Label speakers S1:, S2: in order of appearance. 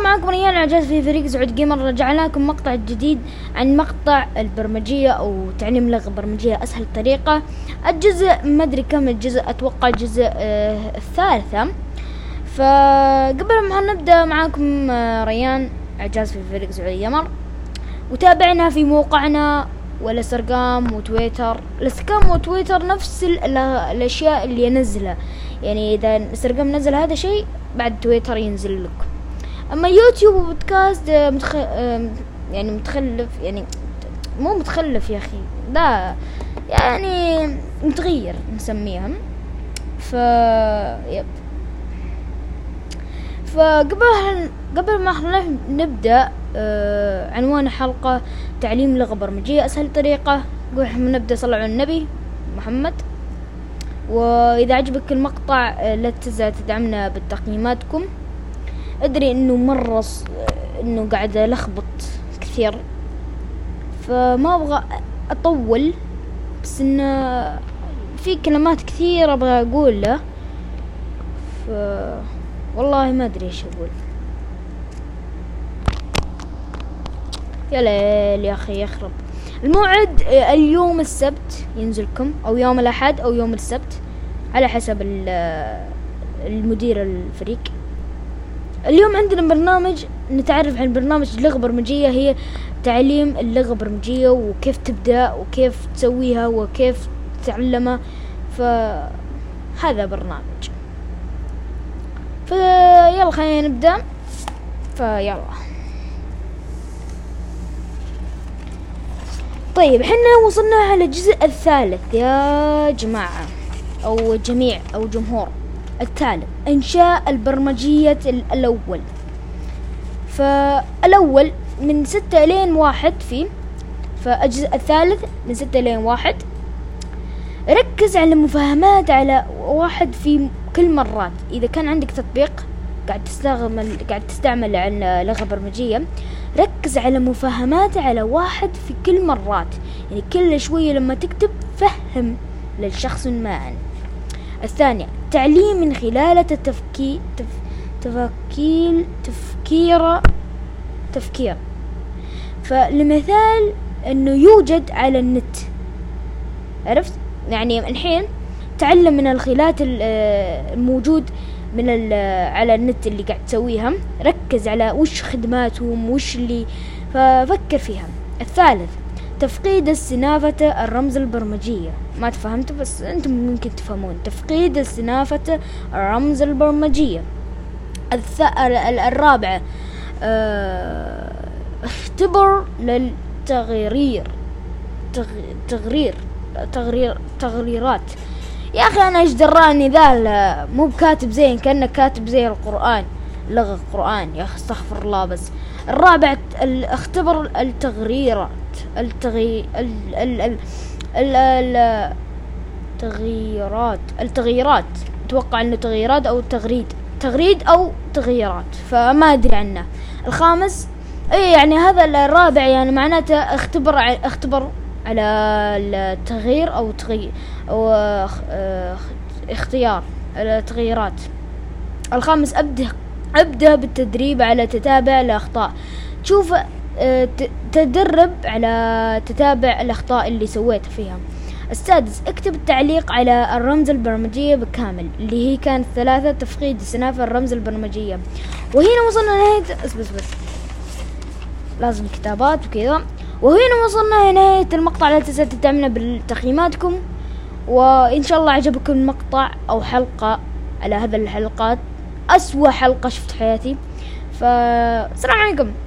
S1: معكم ريان عجاز في فريق سعود جيمر. رجعنا لكم مقطع جديد عن مقطع البرمجية أو تعليم لغة برمجية أسهل طريقة. الجزء ما أدري كم الجزء، أتوقع الجزء الثالثة. فقبل ما نبدأ معكم ريان عجاز في فريق سعود جيمر، وتابعنا في موقعنا والانستغرام وتويتر. الانستغرام وتويتر نفس الأشياء اللي ينزلها، يعني إذا الانستغرام نزل هذا شيء بعد تويتر ينزل لكم. اما يوتيوب وبودكاست يعني متخلف، يعني مو متخلف يا اخي، لا يعني متغير نسميهم. يب قبل ما نبدأ عنوان حلقة تعليم لغة برمجية أسهل طريقة. نبدأ صلوا على النبي محمد. وإذا عجبك المقطع لا تنسى تدعمنا بالتقييماتكم. أدري إنه مرة إنه قاعد ألخبط كثير، فما أبغى أطول، بس إنه في كلمات كثيرة أبغى أقولها، والله ما أدري إيش أقول. يا ليل يا أخي يخرب. الموعد اليوم السبت ينزلكم، أو يوم الأحد أو يوم السبت على حسب المدير الفريق. اليوم عندنا برنامج نتعرف عن برنامج لغة برمجية، هي تعليم اللغة البرمجية وكيف تبدأ وكيف تسويها وكيف تتعلمها. فهذا برنامج، فيلا خلينا نبدأ. فيلا طيب، حنا وصلنا على الجزء الثالث يا جماعة أو جميع أو جمهور. الثالث إنشاء البرمجية الأول. فالأول من 6 لين 1 فالجزء الثالث من 6 لين 1. ركز على مفاهمات على 1 في كل مرات. إذا كان عندك تطبيق قاعد تستعمل عن لغة برمجية، ركز على مفاهمات على 1 في كل مرات، يعني كل شوية لما تكتب فهم للشخص ما. الثانية تعليم من خلال تفكير. فلمثال انه يوجد على النت، عرفت؟ يعني الحين تعلم من الخيلات الموجود على النت اللي قاعد تسويها، ركز على وش خدماتهم وش اللي، ففكر فيها. الثالث تفقيد السنافة الرمز البرمجية. ما تفهمت بس انتم ممكن تفهمون. تفقيد السنافة الرمز البرمجية. الرابعة اختبر تغريرات. يا اخي انا ايش دراني ذا، مو بكاتب زين، كأنك كاتب زي القرآن، لغة القرآن يا اخي استغفر الله. بس الرابع اختبر التغييرات. اتوقع انه تغييرات او تغريد او تغييرات، فما ادري عنه. الخامس يعني هذا الرابع يعني معناته اختبر على التغيير او اختيار التغييرات. الخامس ابدأ بالتدريب على تتابع الأخطاء. شوف تدرب على تتابع الأخطاء اللي سويتها فيها. السادس اكتب التعليق على الرمز البرمجية بالكامل، اللي هي كانت 3 تفقيد السنافة الرمز البرمجية. وهنا وصلنا لنهاية بس لازم كتابات وكذا. وهنا وصلنا لنهاية المقطع. لا تنسوا تدعمنا بالتقييماتكم، وإن شاء الله عجبكم المقطع أو حلقة على هذا الحلقات. أسوأ حلقة شفت حياتي. فالسلام عليكم.